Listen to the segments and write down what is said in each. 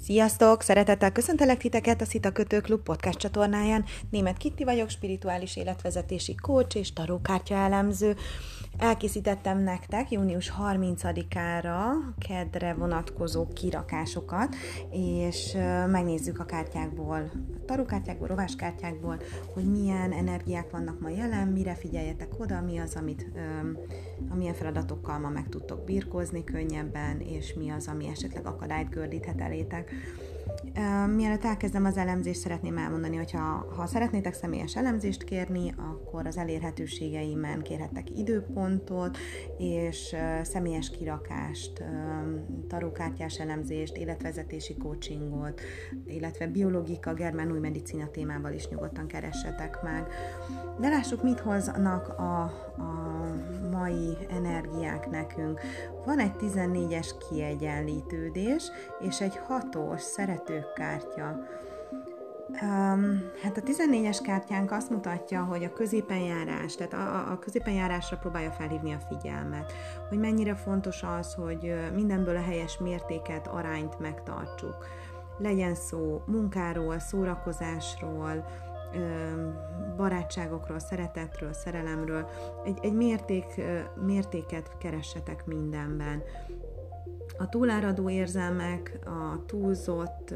Sziasztok! Szeretettel köszöntelek titeket a Szita Kötő Klub podcast csatornáján. Németh Kitti vagyok, spirituális életvezetési coach és tarókártya elemző. Elkészítettem nektek június 30-ára keddre vonatkozó kirakásokat, és megnézzük a kártyákból, tarókártyákból, rováskártyákból, hogy milyen energiák vannak ma jelen, mire figyeljetek oda, mi az, amilyen feladatokkal ma meg tudtok birkózni könnyebben, és mi az, ami esetleg akadályt gördíthet elétek. Mielőtt elkezdem az elemzést, szeretném elmondani, hogy ha szeretnétek személyes elemzést kérni, akkor az elérhetőségeimen kérhettek időpontot, és személyes kirakást, tarókártyás elemzést, életvezetési coachingot, illetve biológika, germán új medicina témával is nyugodtan keressetek meg. De lássuk, mit hoznak a mai energiák nekünk. Van egy 14-es kiegyenlítődés, és egy 6-os szeretőkártya. Hát a 14-es kártyánk azt mutatja, hogy a középenjárás, tehát a középenjárásra próbálja felhívni a figyelmet, hogy mennyire fontos az, hogy mindenből a helyes mértéket, arányt megtartsuk. Legyen szó munkáról, szórakozásról, barátságokról, szeretetről, szerelemről. Egy mértéket keressetek mindenben. A túláradó érzelmek, a túlzott,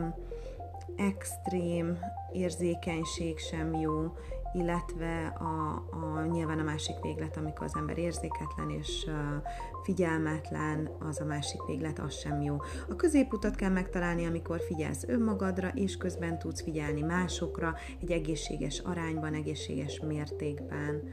extrém érzékenység sem jó, illetve nyilván a másik véglet, amikor az ember érzéketlen és figyelmetlen, az a másik véglet, az sem jó. A középutat kell megtalálni, amikor figyelsz önmagadra, és közben tudsz figyelni másokra, egy egészséges arányban, egészséges mértékben.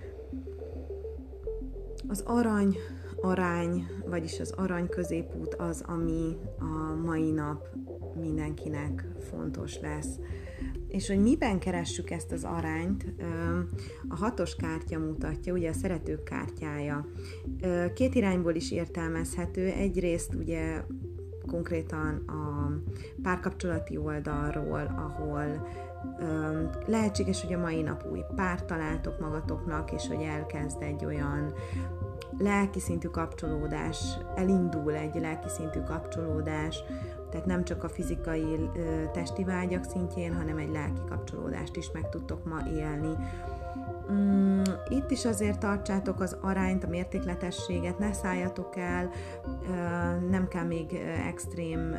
Az arány, vagyis az arany középút az, ami a mai nap mindenkinek fontos lesz. És hogy miben keressük ezt az arányt, a 6-os kártya mutatja, ugye a szeretők kártyája. Két irányból is értelmezhető. Egyrészt ugye konkrétan a párkapcsolati oldalról, ahol lehetséges, hogy a mai nap új párt találtok magatoknak, és hogy elkezd egy olyan lelki szintű kapcsolódás, elindul egy lelki szintű kapcsolódás, tehát nem csak a fizikai testi vágyak szintjén, hanem egy lelki kapcsolódást is meg tudtok ma élni. Itt is azért tartsátok az arányt, a mértékletességet, ne szálljatok el, nem kell még extrém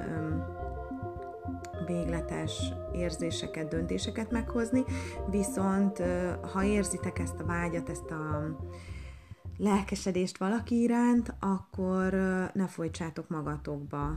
végletes érzéseket, döntéseket meghozni, viszont ha érzitek ezt a vágyat, ezt a lelkesedést valaki iránt, akkor ne folytsátok magatokba.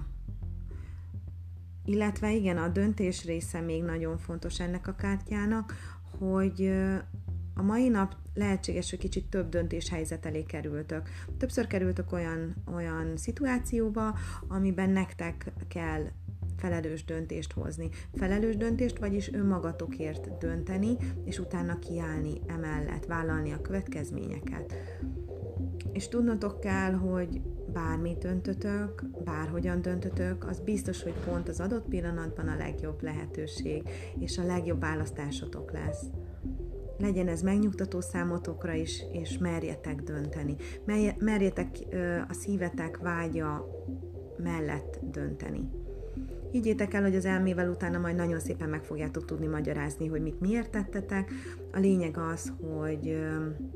Illetve igen, a döntés része még nagyon fontos ennek a kártyának, hogy a mai nap lehetséges, hogy kicsit több döntéshelyzet elé kerültök. Többször kerültök olyan szituációba, amiben nektek kell felelős döntést hozni. Felelős döntést, vagyis önmagatokért dönteni, és utána kiállni emellett, vállalni a következményeket. És tudnotok kell, hogy bármit döntötök, bárhogyan döntötök, az biztos, hogy pont az adott pillanatban a legjobb lehetőség, és a legjobb választásotok lesz. Legyen ez megnyugtató számotokra is, és merjetek dönteni. Merjetek a szívetek vágya mellett dönteni. Higgyétek el, hogy az elmével utána majd nagyon szépen meg fogjátok tudni magyarázni, hogy mit miért tettetek. A lényeg az, hogy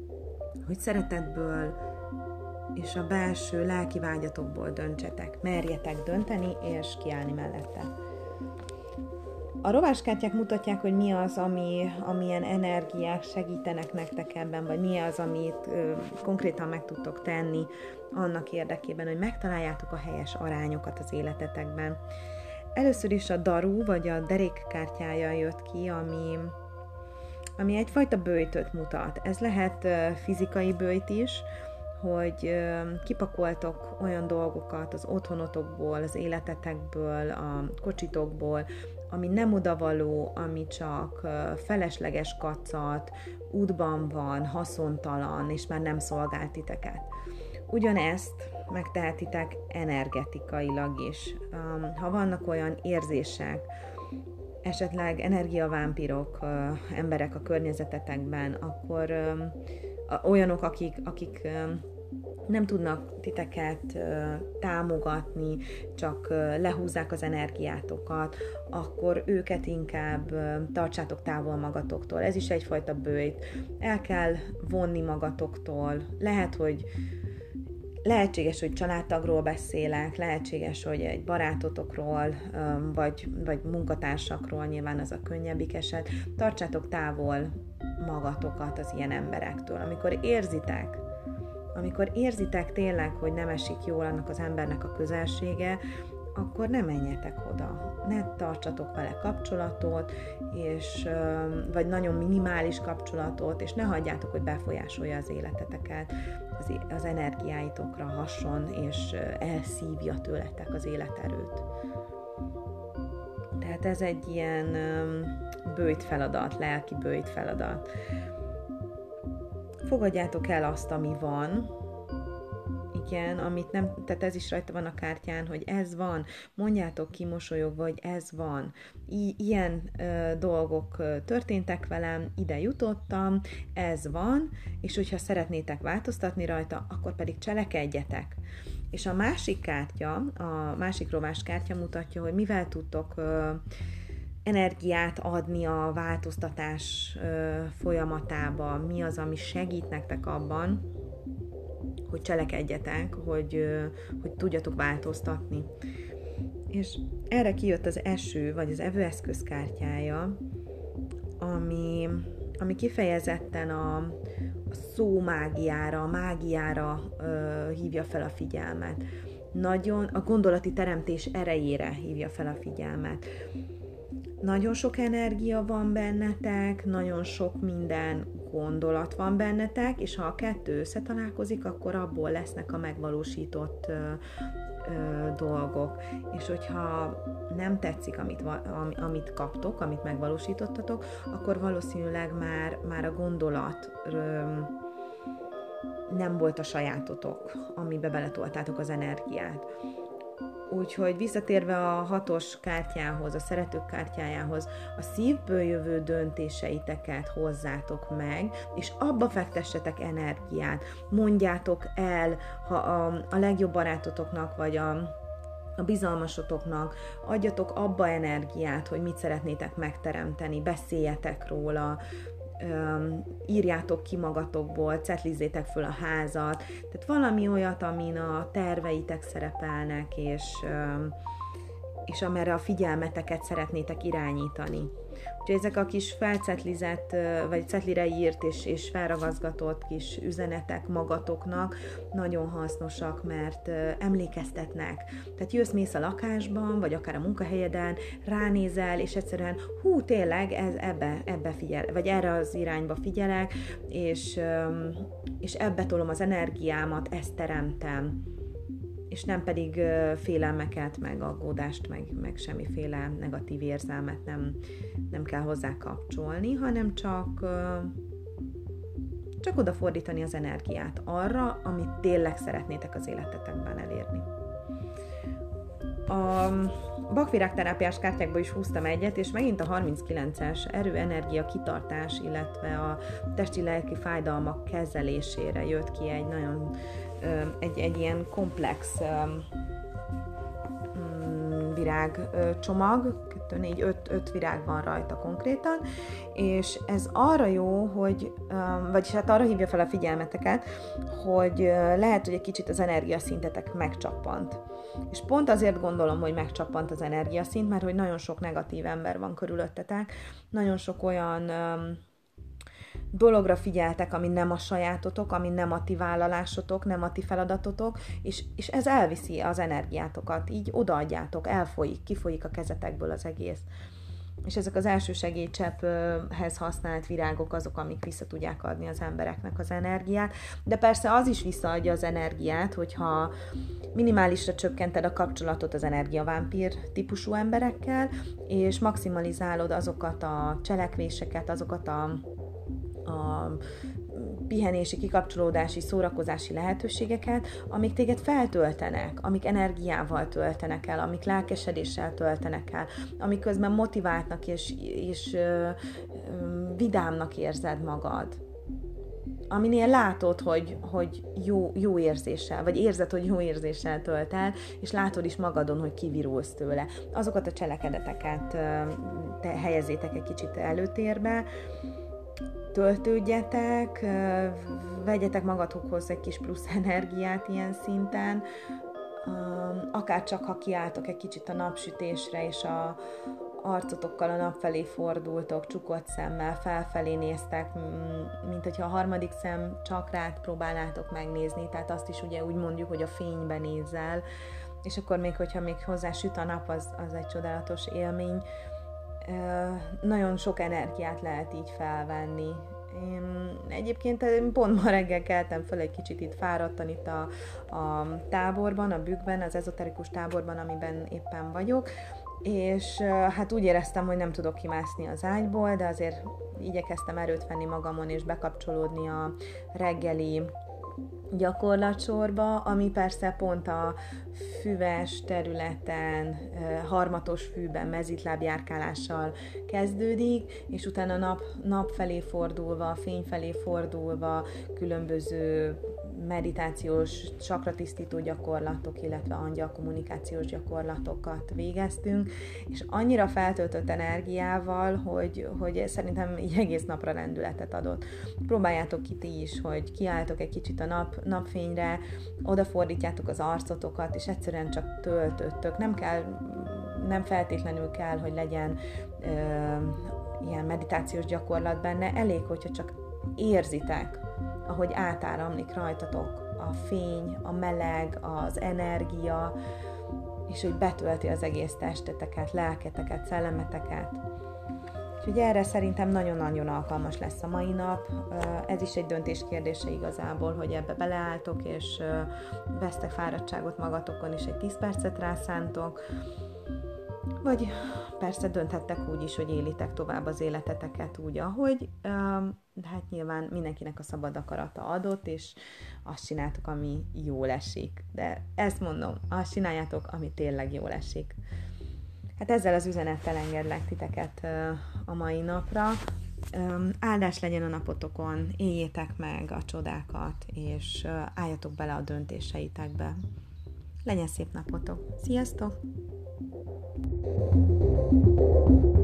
szeretetből és a belső lelki vágyatokból döntsetek. Merjetek dönteni, és kiállni mellette. A rováskártyák mutatják, hogy mi az, amilyen energiák segítenek nektek ebben, vagy mi az, amit konkrétan meg tudtok tenni annak érdekében, hogy megtaláljátok a helyes arányokat az életetekben. Először is a daru, vagy a derék kártyája jött ki, ami egyfajta böjtöt mutat. Ez lehet fizikai böjt is, hogy kipakoltok olyan dolgokat az otthonotokból, az életetekből, a kocsitokból, ami nem odavaló, ami csak felesleges kacat, útban van, haszontalan, és már nem szolgál titeket. Ugyanezt megtehetitek energetikailag is. Ha vannak olyan érzések, esetleg energiavámpirok, emberek a környezetetekben, akkor olyanok, akik nem tudnak titeket támogatni, csak lehúzzák az energiátokat, akkor őket inkább tartsátok távol magatoktól. Ez is egyfajta böjt. El kell vonni magatoktól. Lehetséges, hogy családtagról beszélek, lehetséges, hogy egy barátotokról, vagy munkatársakról, nyilván az a könnyebbik eset. Tartsátok távol magatokat az ilyen emberektől. Amikor érzitek tényleg, hogy nem esik jól annak az embernek a közelsége, akkor ne menjetek oda, ne tartsatok vele kapcsolatot, vagy nagyon minimális kapcsolatot, és ne hagyjátok, hogy befolyásolja az életeteket, az energiáitokra hason, és elszívja tőletek az életerőt. Tehát ez egy ilyen böjt feladat, lelki böjt feladat. Fogadjátok el azt, ami van, igen, amit nem, tehát ez is rajta van a kártyán, hogy ez van, mondjátok ki mosolyogva, hogy ez van. Ilyen dolgok történtek velem, ide jutottam, ez van, és hogyha szeretnétek változtatni rajta, akkor pedig cselekedjetek. És a másik kártya, a másik rovás kártya mutatja, hogy mivel tudtok energiát adni a változtatás folyamatába, mi az, ami segít nektek abban, hogy cselekedjetek, hogy tudjatok változtatni. És erre kijött az eső, vagy az evőeszköz kártyája, ami kifejezetten a szó mágiára, a mágiára hívja fel a figyelmet. Nagyon a gondolati teremtés erejére hívja fel a figyelmet. Nagyon sok energia van bennetek, nagyon sok minden gondolat van bennetek, és ha a kettő összetalálkozik, akkor abból lesznek a megvalósított dolgok. És hogyha nem tetszik, amit kaptok, amit megvalósítottatok, akkor valószínűleg már a gondolat nem volt a sajátotok, amibe beletoltátok az energiát. Úgyhogy visszatérve a 6-os kártyához, a szeretők kártyájához, a szívből jövő döntéseiteket hozzátok meg, és abba fektessetek energiát. Mondjátok el, ha a legjobb barátotoknak, vagy a bizalmasotoknak, adjatok abba energiát, hogy mit szeretnétek megteremteni, beszéljetek róla, írjátok ki magatokból, cetlizzétek föl a házat, tehát valami olyat, amin a terveitek szerepelnek, és amerre a figyelmeteket szeretnétek irányítani. Úgyhogy ezek a kis felcetlizett, vagy cetlire írt és felragazgatott kis üzenetek magatoknak nagyon hasznosak, mert emlékeztetnek. Tehát mész a lakásban, vagy akár a munkahelyeden, ránézel, és egyszerűen tényleg ebbe figyel, vagy erre az irányba figyelek, és ebbe tolom az energiámat, ezt teremtem. És nem pedig félelmeket, meg aggódást, meg semmiféle negatív érzelmet nem kell hozzá kapcsolni, hanem csak odafordítani az energiát arra, amit tényleg szeretnétek az életetekben elérni. A bakvirágterápiás kártyákból is húztam egyet, és megint a 39-es erő, energia, kitartás, illetve a testi-lelki fájdalmak kezelésére jött ki egy nagyon egy ilyen komplex virágcsomag, 2, 4, 5 virág van rajta konkrétan, és ez arra jó, hogy, vagyis hát arra hívja fel a figyelmeteket, hogy lehet, hogy egy kicsit az energiaszintetek megcsappant. És pont azért gondolom, hogy megcsappant az energiaszint, mert hogy nagyon sok negatív ember van körülöttetek, nagyon sok olyan dologra figyeltek, ami nem a sajátotok, ami nem a ti vállalásotok, nem a ti feladatotok, és ez elviszi az energiátokat, így odaadjátok, kifolyik a kezetekből az egész. És ezek az elsősegélycsepphez használt virágok azok, amik vissza tudják adni az embereknek az energiát, de persze az is visszaadja az energiát, hogyha minimálisra csökkented a kapcsolatot az energiavámpír típusú emberekkel, és maximalizálod azokat a cselekvéseket, azokat a pihenési, kikapcsolódási, szórakozási lehetőségeket, amik téged feltöltenek, amik energiával töltenek el, amik lelkesedéssel töltenek el, amik közben motiváltnak és vidámnak érzed magad. aminél látod, hogy jó érzéssel, vagy érzed, hogy jó érzéssel tölt el, és látod is magadon, hogy kivirulsz tőle. Azokat a cselekedeteket helyezzétek egy kicsit előtérbe, töltődjetek, vegyetek magatokhoz egy kis plusz energiát ilyen szinten, akár csak ha kiálltok egy kicsit a napsütésre, és a arcotokkal a nap felé fordultok, csukott szemmel, felfelé néztek, mint hogyha a harmadik szem csakrát próbálnátok megnézni, tehát azt is ugye úgy mondjuk, hogy a fényben nézzel, és akkor még, hogyha még hozzá süt a nap, az egy csodálatos élmény. Nagyon sok energiát lehet így felvenni. Egyébként pont ma reggel keltem fel egy kicsit itt fáradtan itt a táborban, a Bükkben, az ezoterikus táborban, amiben éppen vagyok, és hát úgy éreztem, hogy nem tudok kimászni az ágyból, de azért igyekeztem erőt venni magamon, és bekapcsolódni a reggeli gyakorlatsorba, ami persze pont a füves területen, harmatos fűben, mezitlábjárkálással kezdődik, és utána nap felé fordulva, fény felé fordulva különböző meditációs, sakratisztító gyakorlatok, illetve angyal kommunikációs gyakorlatokat végeztünk, és annyira feltöltött energiával, hogy szerintem így egész napra lendületet adott. Próbáljátok ki ti is, hogy kiálltok egy kicsit a napfényre, odafordítjátok az arcotokat, és egyszerűen csak töltöttök. Nem feltétlenül kell, hogy legyen ilyen meditációs gyakorlat benne, elég, hogyha csak érzitek, ahogy átáramlik rajtatok a fény, a meleg, az energia, és hogy betölti az egész testeteket, lelketeket, szellemeteket. Úgyhogy erre szerintem nagyon-nagyon alkalmas lesz a mai nap. Ez is egy döntés kérdése igazából, hogy ebbe beleálltok, és vesztek fáradtságot magatokon, és egy 10 percet rászántok. Vagy persze dönthettek úgy is, hogy élitek tovább az életeteket úgy, ahogy, de hát nyilván mindenkinek a szabad akarata adott, és azt csináltok, ami jól esik. De ezt mondom, azt csináljátok, ami tényleg jól esik. Hát ezzel az üzenettel engedlek titeket a mai napra. Áldás legyen a napotokon, éljétek meg a csodákat, és álljatok bele a döntéseitekbe. Legyen szép napotok! Sziasztok!